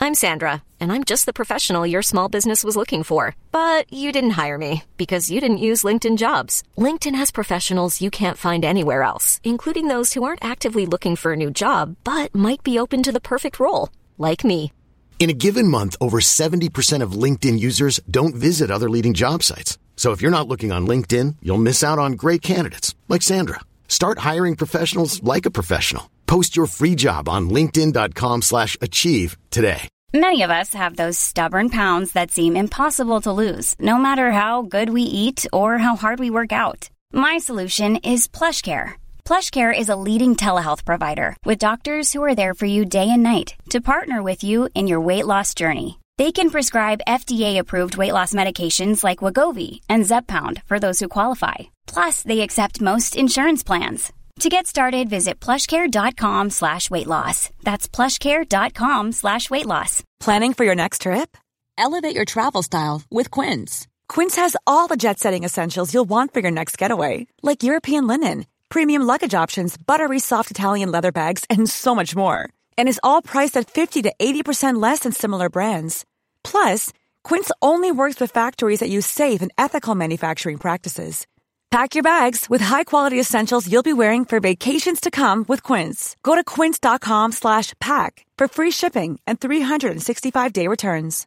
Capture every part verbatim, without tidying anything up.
I'm Sandra, and I'm just the professional your small business was looking for. But you didn't hire me because you didn't use LinkedIn Jobs. LinkedIn has professionals you can't find anywhere else, including those who aren't actively looking for a new job, but might be open to the perfect role, like me. In a given month, over seventy percent of LinkedIn users don't visit other leading job sites. So if you're not looking on LinkedIn, you'll miss out on great candidates like Sandra. Start hiring professionals like a professional. Post your free job on linkedin dot com slash achieve today. Many of us have those stubborn pounds that seem impossible to lose, no matter how good we eat or how hard we work out. My solution is PlushCare. PlushCare is a leading telehealth provider with doctors who are there for you day and night to partner with you in your weight loss journey. They can prescribe F D A-approved weight loss medications like Wegovy and Zepbound for those who qualify. Plus, they accept most insurance plans. To get started, visit plushcare.com slash weight loss. That's plushcare.com slash weight loss. Planning for your next trip? Elevate your travel style with Quince. Quince has all the jet-setting essentials you'll want for your next getaway, like European linen, premium luggage options, buttery soft Italian leather bags, and so much more. And is all priced at fifty to eighty percent less than similar brands. Plus, Quince only works with factories that use safe and ethical manufacturing practices. Pack your bags with high-quality essentials you'll be wearing for vacations to come with Quince. Go to quince.com slash pack for free shipping and three sixty-five day returns.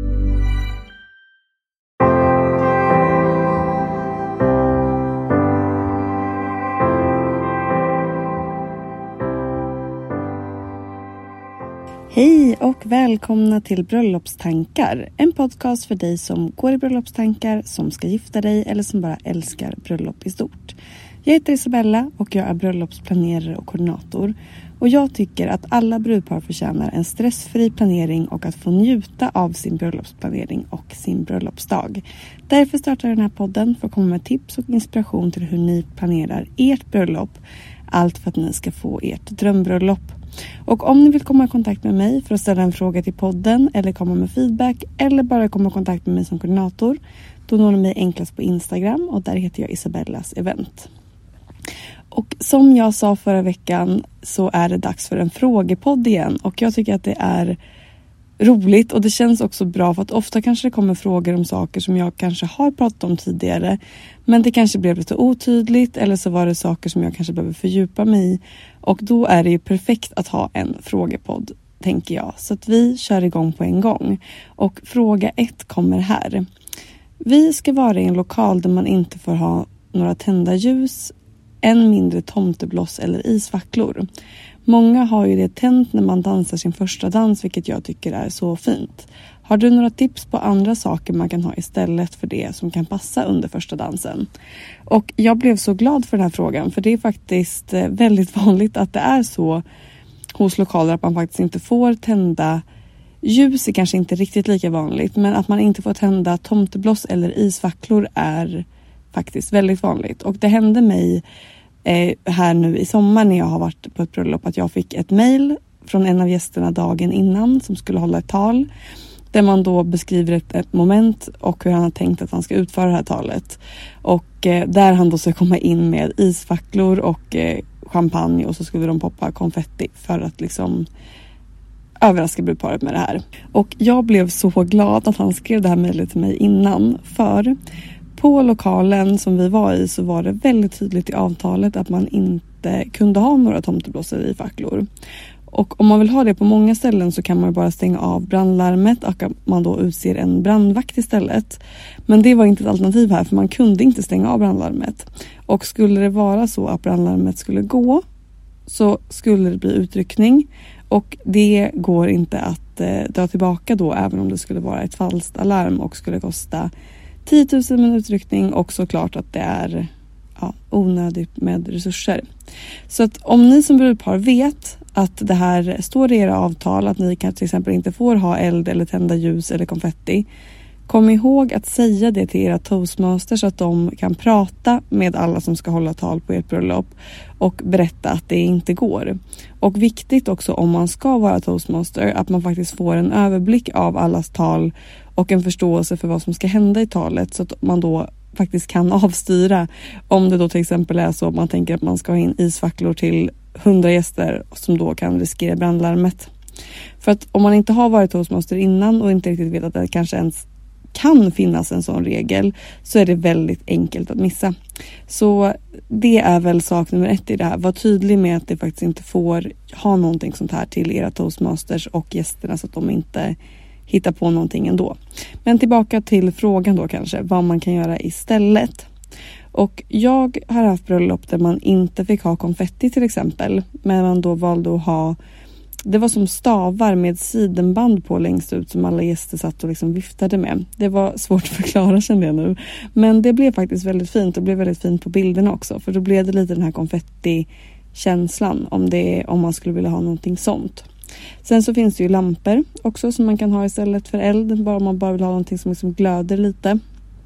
Hej och välkomna till Bröllopstankar, en podcast för dig som går i bröllopstankar, som ska gifta dig eller som bara älskar bröllop i stort. Jag heter Isabella och jag är bröllopsplanerare och koordinator. Och jag tycker att alla brudpar förtjänar en stressfri planering och att få njuta av sin bröllopsplanering och sin bröllopsdag. Därför startar jag den här podden för att komma med tips och inspiration till hur ni planerar ert bröllop. Allt för att ni ska få ert drömbröllop. Och om ni vill komma i kontakt med mig för att ställa en fråga till podden eller komma med feedback eller bara komma i kontakt med mig som koordinator, då når ni mig enklast på Instagram och där heter jag Isabellas event. Och som jag sa förra veckan så är det dags för en frågepodd igen och jag tycker att det är roligt och det känns också bra för att ofta kanske det kommer frågor om saker som jag kanske har pratat om tidigare, men det kanske blev lite otydligt eller så var det saker som jag kanske behöver fördjupa mig i och då är det ju perfekt att ha en frågepodd, tänker jag. Så att vi kör igång på en gång. Och fråga ett kommer här. Vi ska vara i en lokal där man inte får ha några tända ljus, än mindre tomtebloss eller isfacklor. Många har ju det tänt när man dansar sin första dans, vilket jag tycker är så fint. Har du några tips på andra saker man kan ha istället för det som kan passa under första dansen? Och jag blev så glad för den här frågan, för det är faktiskt väldigt vanligt att det är så hos lokaler att man faktiskt inte får tända ljus. Är kanske inte riktigt lika vanligt, men att man inte får tända tomtebloss eller isfacklor är faktiskt väldigt vanligt. Och det hände mig eh, här nu i sommar när jag har varit på ett bröllop att jag fick ett mejl från en av gästerna dagen innan som skulle hålla ett tal. Där man då beskriver ett, ett moment och hur han har tänkt att han ska utföra det här talet. Och eh, där han då ska komma in med isfacklor och eh, champagne och så skulle de poppa konfetti för att liksom överraska brudparet med det här. Och jag blev så glad att han skrev det här mejlet till mig innan, för på lokalen som vi var i så var det väldigt tydligt i avtalet att man inte kunde ha några tomteblossar i facklor. Och om man vill ha det på många ställen så kan man bara stänga av brandlarmet och att man då utser en brandvakt istället. Men det var inte ett alternativ här, för man kunde inte stänga av brandlarmet. Och skulle det vara så att brandlarmet skulle gå så skulle det bli utryckning. Och det går inte att eh, dra tillbaka då, även om det skulle vara ett falskt alarm och skulle kosta tio tusen med utryckning, och såklart att det är ja, onödigt med resurser. Så att om ni som brudpar vet att det här står i era avtal, att ni kan till exempel inte får ha eld eller tända ljus eller konfetti, kom ihåg att säga det till era toastmasters så att de kan prata med alla som ska hålla tal på ert bröllop och berätta att det inte går. Och viktigt också om man ska vara toastmaster att man faktiskt får en överblick av allas tal och en förståelse för vad som ska hända i talet, så att man då faktiskt kan avstyra om det då till exempel är så att man tänker att man ska ha in isfacklor till hundra gäster som då kan riskera brandlarmet. För att om man inte har varit toastmaster innan och inte riktigt vet att det kanske ens kan finnas en sån regel, så är det väldigt enkelt att missa. Så det är väl sak nummer ett i det här. Var tydlig med att det faktiskt inte får ha någonting sånt här till era toastmasters och gästerna, så att de inte hittar på någonting ändå. Men tillbaka till frågan då kanske, vad man kan göra istället. Och jag har haft bröllop där man inte fick ha konfetti till exempel, men man då valde att ha, det var som stavar med sidenband på längst ut som alla gäster satt och liksom viftade med. Det var svårt att förklara, kände jag nu. Men det blev faktiskt väldigt fint och blev väldigt fint på bilderna också. För då blev det lite den här konfetti-känslan om, det, om man skulle vilja ha någonting sånt. Sen så finns det ju lampor också som man kan ha istället för eld. Bara om man bara vill ha någonting som liksom glöder lite.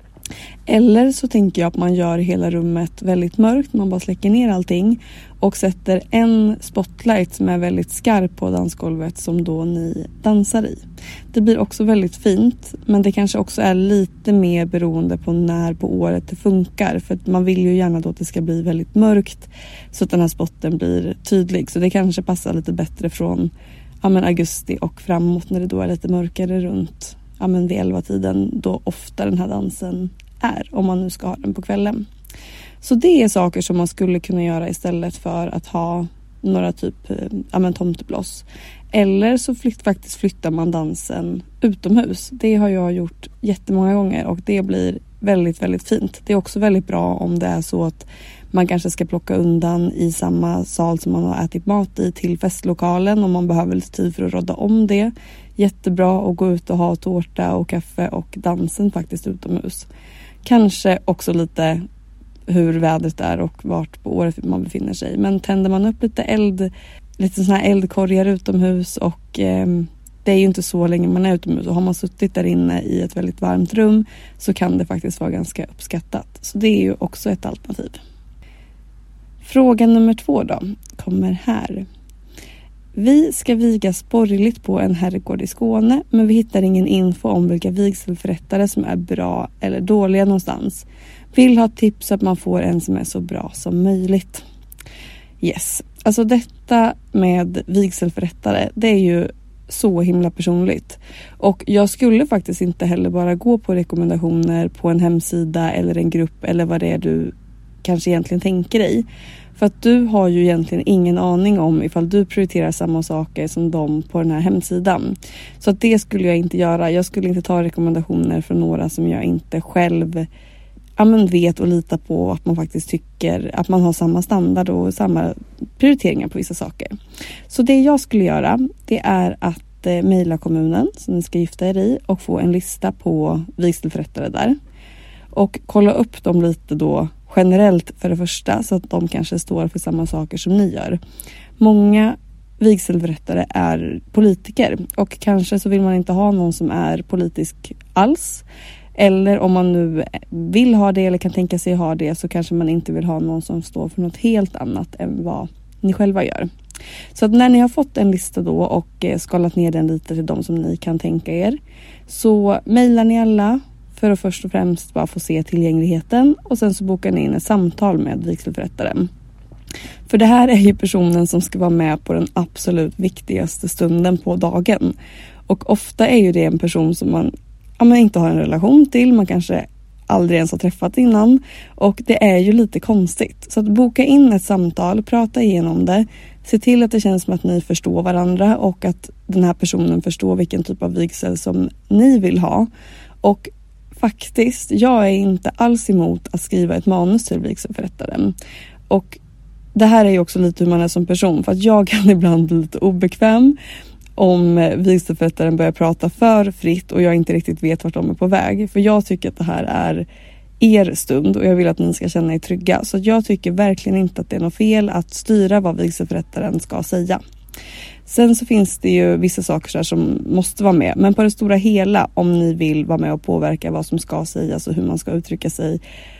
Eller så tänker jag att man gör hela rummet väldigt mörkt. Man bara släcker ner allting och sätter en spotlight som är väldigt skarp på dansgolvet som då ni dansar i. Det blir också väldigt fint, men det kanske också är lite mer beroende på när på året det funkar. För att man vill ju gärna då att det ska bli väldigt mörkt så att den här spotten blir tydlig. Så det kanske passar lite bättre från ja, men augusti och framåt när det då är lite mörkare runt ja, men vid elva tiden, då ofta den här dansen är, om man nu ska ha den på kvällen. Så det är saker som man skulle kunna göra istället för att ha några typ ja, men tomtebloss. Eller så flytt, faktiskt flyttar man dansen utomhus. Det har jag gjort jättemånga gånger och det blir väldigt, väldigt fint. Det är också väldigt bra om det är så att man kanske ska plocka undan i samma sal som man har ätit mat i till festlokalen, om man behöver lite tid för att rodda om det. Jättebra att gå ut och ha tårta och kaffe och dansen faktiskt utomhus. Kanske också lite hur vädret är och vart på året man befinner sig. Men tänder man upp lite eld, lite såna här eldkorgar utomhus och eh, det är ju inte så länge man är utomhus. Och har man suttit där inne i ett väldigt varmt rum så kan det faktiskt vara ganska uppskattat. Så det är ju också ett alternativ. Fråga nummer två då kommer här. Vi ska vigas borgerligt på en herrgård i Skåne, men vi hittar ingen info om vilka vigselförrättare som är bra eller dåliga någonstans. Vill ha tips så att man får en som är så bra som möjligt. Yes, alltså detta med vigselförrättare, det är ju så himla personligt. Och jag skulle faktiskt inte heller bara gå på rekommendationer på en hemsida eller en grupp eller vad det är du kanske egentligen tänker dig. För att du har ju egentligen ingen aning om ifall du prioriterar samma saker som de på den här hemsidan. Så att det skulle jag inte göra. Jag skulle inte ta rekommendationer från några som jag inte själv ja, men vet och litar på att man faktiskt tycker att man har samma standard och samma prioriteringar på vissa saker. Så det jag skulle göra, det är att eh, mejla kommunen som ni ska gifta er i och få en lista på vigselförrättare där. Och kolla upp dem lite då generellt för det första, så att de kanske står för samma saker som ni gör. Många vigselförrättare är politiker och kanske så vill man inte ha någon som är politisk alls. Eller om man nu vill ha det eller kan tänka sig ha det, så kanske man inte vill ha någon som står för något helt annat än vad ni själva gör. Så att när ni har fått en lista då och skalat ner den lite till de som ni kan tänka er, så mejlar ni alla för att först och främst bara få se tillgängligheten, och sen så bokar ni in ett samtal med vigselförrättaren. För det här är ju personen som ska vara med på den absolut viktigaste stunden på dagen. Och ofta är ju det en person som man, ja, man inte har en relation till, man kanske aldrig ens har träffat innan. Och det är ju lite konstigt. Så att boka in ett samtal, prata igenom det. Se till att det känns som att ni förstår varandra och att den här personen förstår vilken typ av vigsel som ni vill ha. Och faktiskt, jag är inte alls emot att skriva ett manus till vigselförrättaren. Och det här är ju också lite hur man är som person. För att jag kan ibland bli lite obekväm om vigselförrättaren börjar prata för fritt och jag inte riktigt vet vart de är på väg. För jag tycker att det här är er stund och jag vill att ni ska känna er trygga. Så jag tycker verkligen inte att det är något fel att styra vad vigselförrättaren ska säga. Sen så finns det ju vissa saker där som måste vara med. Men på det stora hela, om ni vill vara med och påverka vad som ska sägas och hur man ska uttrycka sig,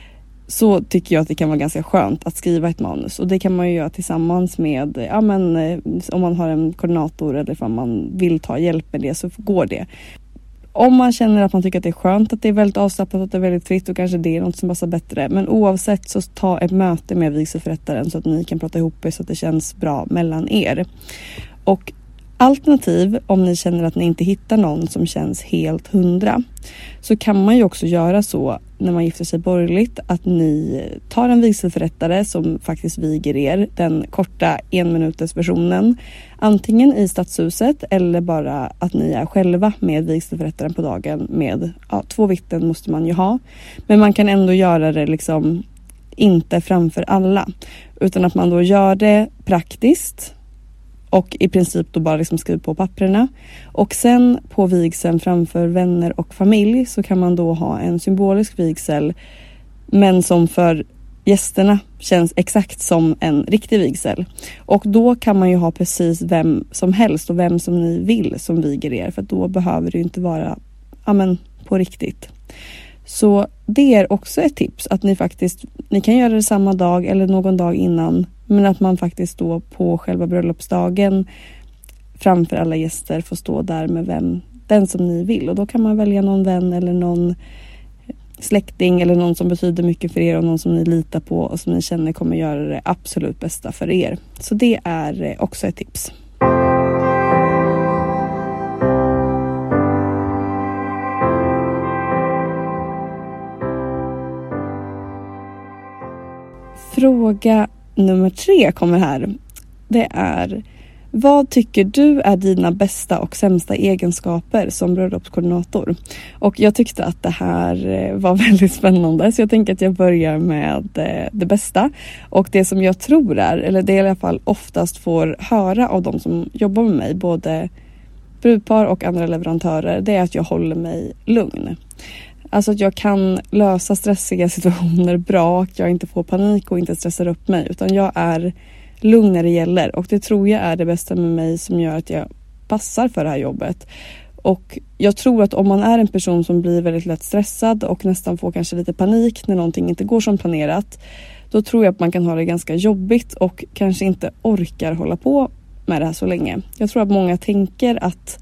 så tycker jag att det kan vara ganska skönt att skriva ett manus. Och det kan man ju göra tillsammans med, ja men om man har en koordinator eller om man vill ta hjälp med det, så går det. Om man känner att man tycker att det är skönt, att det är väldigt avslappnat och att det är väldigt fritt, och kanske det är något som passar bättre. Men oavsett, så ta ett möte med vigselförrättaren så att ni kan prata ihop er så att det känns bra mellan er. Och Alternativ, om ni känner att ni inte hittar någon som känns helt hundra, så kan man ju också göra så när man gifter sig borgerligt att ni tar en vigselförrättare som faktiskt viger er, den korta enminuters versionen, antingen i stadshuset eller bara att ni är själva med vigselförrättaren på dagen med, ja, två vittnen måste man ju ha, men man kan ändå göra det liksom inte framför alla, utan att man då gör det praktiskt och i princip då bara liksom skriver på papperna. Och sen på vigseln framför vänner och familj så kan man då ha en symbolisk vigsel, men som för gästerna känns exakt som en riktig vigsel. Och då kan man ju ha precis vem som helst och vem som ni vill som viger er, för då behöver det ju inte vara, ja, men på riktigt. Så det är också ett tips att ni faktiskt, ni kan göra det samma dag eller någon dag innan, men att man faktiskt då på själva bröllopsdagen framför alla gäster får stå där med vem, den som ni vill. Och då kan man välja någon vän eller någon släkting eller någon som betyder mycket för er och någon som ni litar på och som ni känner kommer göra det absolut bästa för er. Så det är också ett tips. Fråga nummer tre kommer här. Det är: vad tycker du är dina bästa och sämsta egenskaper som bröllopskoordinator? Och jag tyckte att det här var väldigt spännande, så jag tänker att jag börjar med det bästa. Och det som jag tror är, eller det i alla fall oftast får höra av de som jobbar med mig, både brudpar och andra leverantörer, det är att jag håller mig lugn. Alltså att jag kan lösa stressiga situationer bra, att jag inte får panik och inte stressar upp mig, utan jag är lugn när det gäller. Och det tror jag är det bästa med mig som gör att jag passar för det här jobbet. Och jag tror att om man är en person som blir väldigt lätt stressad och nästan får kanske lite panik när någonting inte går som planerat, då tror jag att man kan ha det ganska jobbigt och kanske inte orkar hålla på med det här så länge. Jag tror att många tänker att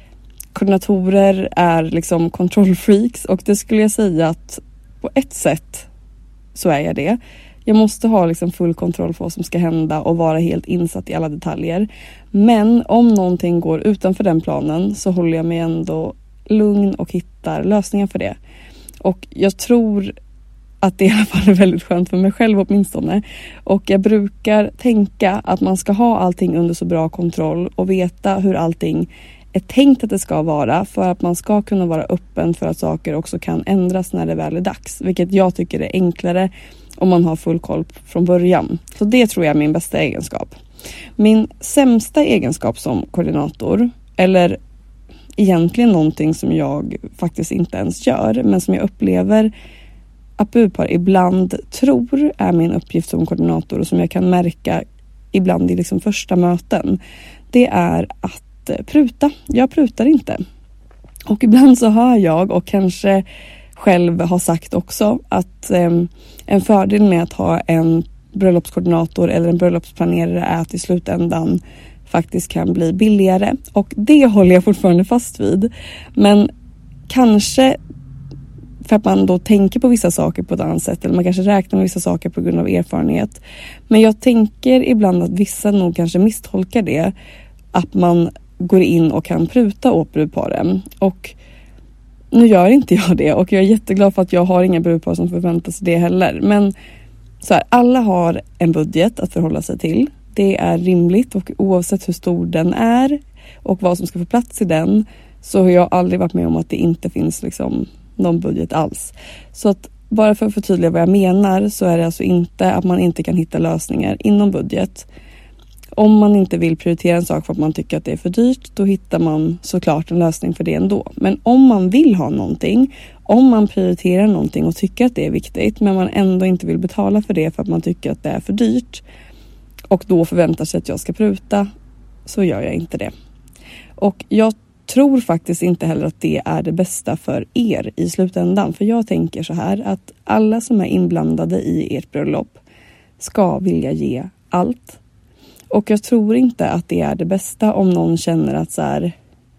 koordinatorer är liksom kontrollfreaks, och det skulle jag säga att på ett sätt så är jag det. Jag måste ha liksom full kontroll på vad som ska hända och vara helt insatt i alla detaljer. Men om någonting går utanför den planen så håller jag mig ändå lugn och hittar lösningar för det. Och jag tror att det i alla fall är väldigt skönt för mig själv åtminstone. Och jag brukar tänka att man ska ha allting under så bra kontroll och veta hur allting är tänkt att det ska vara, för att man ska kunna vara öppen för att saker också kan ändras när det väl är dags. Vilket jag tycker är enklare om man har full koll från början. Så det tror jag är min bästa egenskap. Min sämsta egenskap som koordinator, eller egentligen någonting som jag faktiskt inte ens gör, men som jag upplever att brudpar ibland tror är min uppgift som koordinator och som jag kan märka ibland i liksom första möten, det är att pruta. Jag prutar inte. Och ibland så hör jag, och kanske själv har sagt också, att eh, en fördel med att ha en bröllopskoordinator eller en bröllopsplanerare är att i slutändan faktiskt kan bli billigare. Och det håller jag fortfarande fast vid. Men kanske för att man då tänker på vissa saker på ett annat sätt, eller man kanske räknar med vissa saker på grund av erfarenhet. Men jag tänker ibland att vissa nog kanske misstolkar det, att man går in och kan pruta åt brudparen. Och nu gör inte jag det, och jag är jätteglad för att jag har inga brudpar som förväntar sig det heller. Men så här, alla har en budget att förhålla sig till. Det är rimligt, och oavsett hur stor den är och vad som ska få plats i den, så har jag aldrig varit med om att det inte finns liksom någon budget alls. Så att bara för att förtydliga vad jag menar, så är det alltså inte att man inte kan hitta lösningar inom budget. Om man inte vill prioritera en sak för att man tycker att det är för dyrt, då hittar man såklart en lösning för det ändå. Men om man vill ha någonting, om man prioriterar någonting och tycker att det är viktigt, men man ändå inte vill betala för det för att man tycker att det är för dyrt, och då förväntar sig att jag ska pruta, så gör jag inte det. Och jag tror faktiskt inte heller att det är det bästa för er i slutändan. För jag tänker så här, att alla som är inblandade i ert bröllop ska vilja ge allt. Och jag tror inte att det är det bästa om någon känner att så här,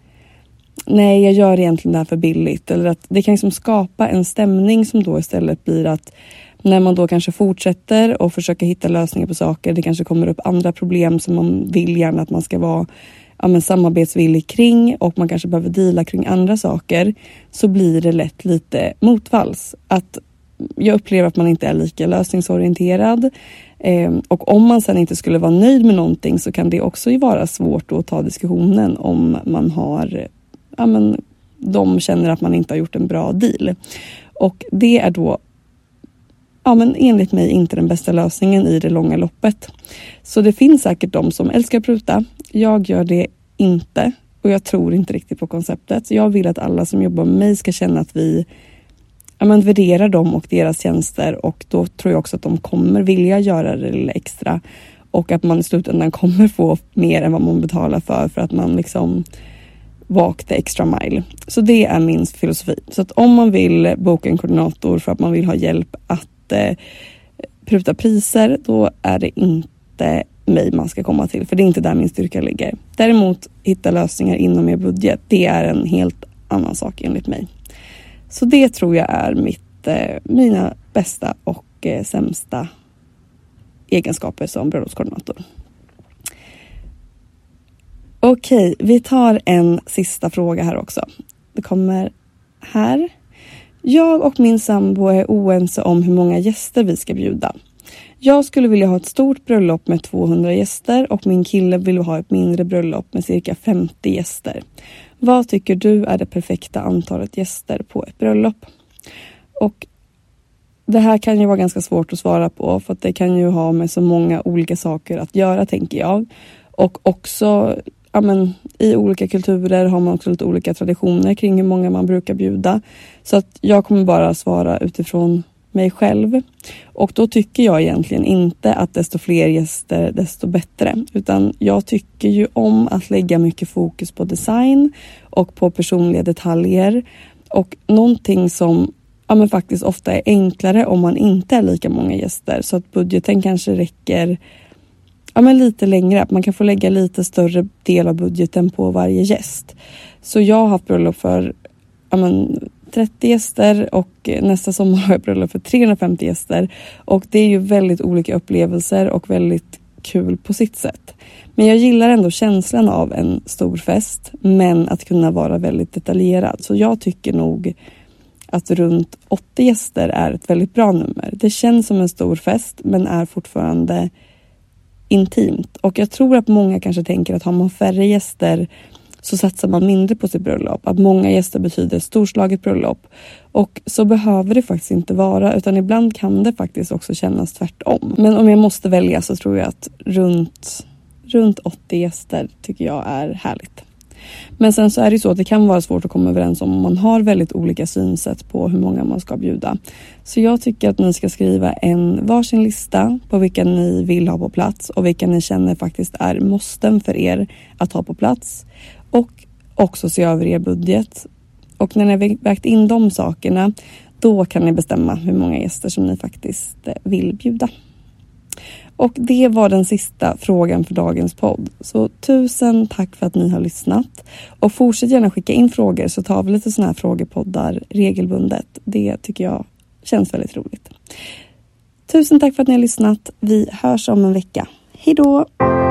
nej, jag gör egentligen det här för billigt. Eller att det kan liksom skapa en stämning som då istället blir att när man då kanske fortsätter och försöker hitta lösningar på saker, det kanske kommer upp andra problem som man vill gärna att man ska vara ja, men samarbetsvillig kring och man kanske behöver deala kring andra saker, så blir det lätt lite motvalls. Att jag upplever att man inte är lika lösningsorienterad. Eh, och om man sen inte skulle vara nöjd med någonting, så kan det också ju vara svårt att ta diskussionen om man har, ja men de känner att man inte har gjort en bra deal. Och det är då, ja men enligt mig, inte den bästa lösningen i det långa loppet. Så det finns säkert de som älskar pruta. Jag gör det inte. Och jag tror inte riktigt på konceptet. Så jag vill att alla som jobbar med mig ska känna att vi ja, men värderar dem och deras tjänster. Och då tror jag också att de kommer vilja göra det lite extra. Och att man i slutändan kommer få mer än vad man betalar för. För att man liksom walk the extra mile. Så det är min filosofi. Så att om man vill boka en koordinator för att man vill ha hjälp att eh, pruta priser, då är det inte mig man ska komma till. För det är inte där min styrka ligger. Däremot hitta lösningar inom er budget. Det är en helt annan sak enligt mig. Så det tror jag är mitt, eh, mina bästa och eh, sämsta egenskaper som bröllopskoordinator. Okej, vi tar en sista fråga här också. Det kommer här. Jag och min sambo är oense om hur många gäster vi ska bjuda. Jag skulle vilja ha ett stort bröllop med tvåhundra gäster och min kille vill ha ett mindre bröllop med cirka femtio gäster. Vad tycker du är det perfekta antalet gäster på ett bröllop? Och det här kan ju vara ganska svårt att svara på, för att det kan ju ha med så många olika saker att göra, tänker jag. Och också, ja men, i olika kulturer har man också lite olika traditioner kring hur många man brukar bjuda. Så att jag kommer bara svara utifrån mig själv. Och då tycker jag egentligen inte att desto fler gäster desto bättre. Utan jag tycker ju om att lägga mycket fokus på design och på personliga detaljer. Och någonting som ja, men faktiskt ofta är enklare om man inte är lika många gäster. Så att budgeten kanske räcker ja, men lite längre. Att man kan få lägga lite större del av budgeten på varje gäst. Så jag har haft bröllop för ja, men, trettio gäster och nästa sommar har jag bröllop för trehundrafemtio gäster. Och det är ju väldigt olika upplevelser och väldigt kul på sitt sätt. Men jag gillar ändå känslan av en stor fest, men att kunna vara väldigt detaljerad. Så jag tycker nog att runt åttio gäster är ett väldigt bra nummer. Det känns som en stor fest, men är fortfarande intimt. Och jag tror att många kanske tänker att har man färre gäster så satsar man mindre på sitt bröllop. Att många gäster betyder storslaget bröllop. Och så behöver det faktiskt inte vara. Utan ibland kan det faktiskt också kännas tvärtom. Men om jag måste välja så tror jag att runt, runt åttio gäster tycker jag är härligt. Men sen så är det så att det kan vara svårt att komma överens om man har väldigt olika synsätt på hur många man ska bjuda. Så jag tycker att ni ska skriva en varsin lista på vilka ni vill ha på plats och vilka ni känner faktiskt är måsten för er att ha på plats. Och också se över er budget. Och när ni har vägt in de sakerna, då kan ni bestämma hur många gäster som ni faktiskt vill bjuda. Och det var den sista frågan för dagens podd. Så tusen tack för att ni har lyssnat. Och fortsätt gärna skicka in frågor så tar vi lite såna här frågepoddar regelbundet. Det tycker jag känns väldigt roligt. Tusen tack för att ni har lyssnat. Vi hörs om en vecka. Hej då!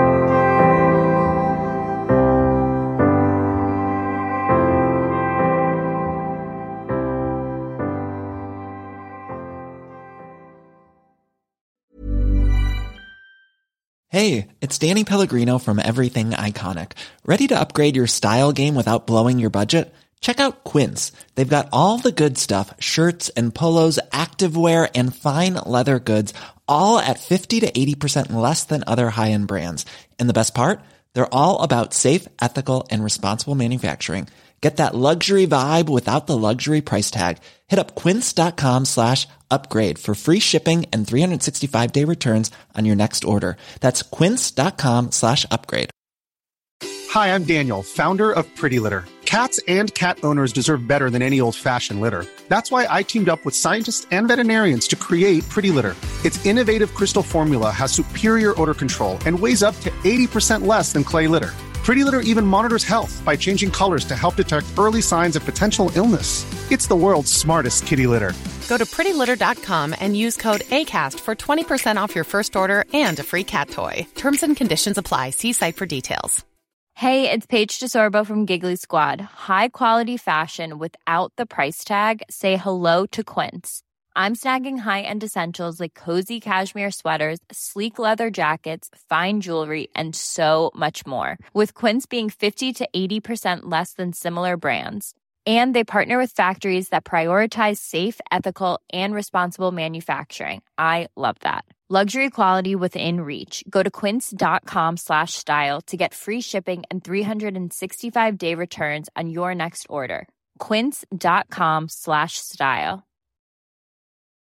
Hey, it's Danny Pellegrino from Everything Iconic. Ready to upgrade your style game without blowing your budget? Check out Quince. They've got all the good stuff, shirts and polos, activewear and fine leather goods, all at fifty to eighty percent less than other high-end brands. And the best part? They're all about safe, ethical and responsible manufacturing. Get that luxury vibe without the luxury price tag. Hit up quince.com slash upgrade for free shipping and three sixty-five day returns on your next order. That's quince.com slash upgrade. Hi, I'm Daniel, founder of Pretty Litter. Cats and cat owners deserve better than any old-fashioned litter. That's why I teamed up with scientists and veterinarians to create Pretty Litter. Its innovative crystal formula has superior odor control and weighs up to eighty percent less than clay litter. Pretty Litter even monitors health by changing colors to help detect early signs of potential illness. It's the world's smartest kitty litter. Go to pretty litter dot com and use code ACAST for twenty percent off your first order and a free cat toy. Terms and conditions apply. See site for details. Hey, it's Paige DeSorbo from Giggly Squad. High quality fashion without the price tag. Say hello to Quince. I'm snagging high-end essentials like cozy cashmere sweaters, sleek leather jackets, fine jewelry, and so much more. With Quince being fifty to eighty percent less than similar brands. And they partner with factories that prioritize safe, ethical, and responsible manufacturing. I love that. Luxury quality within reach. Go to quince.com slash style to get free shipping and three sixty-five day returns on your next order. Quince.com slash style.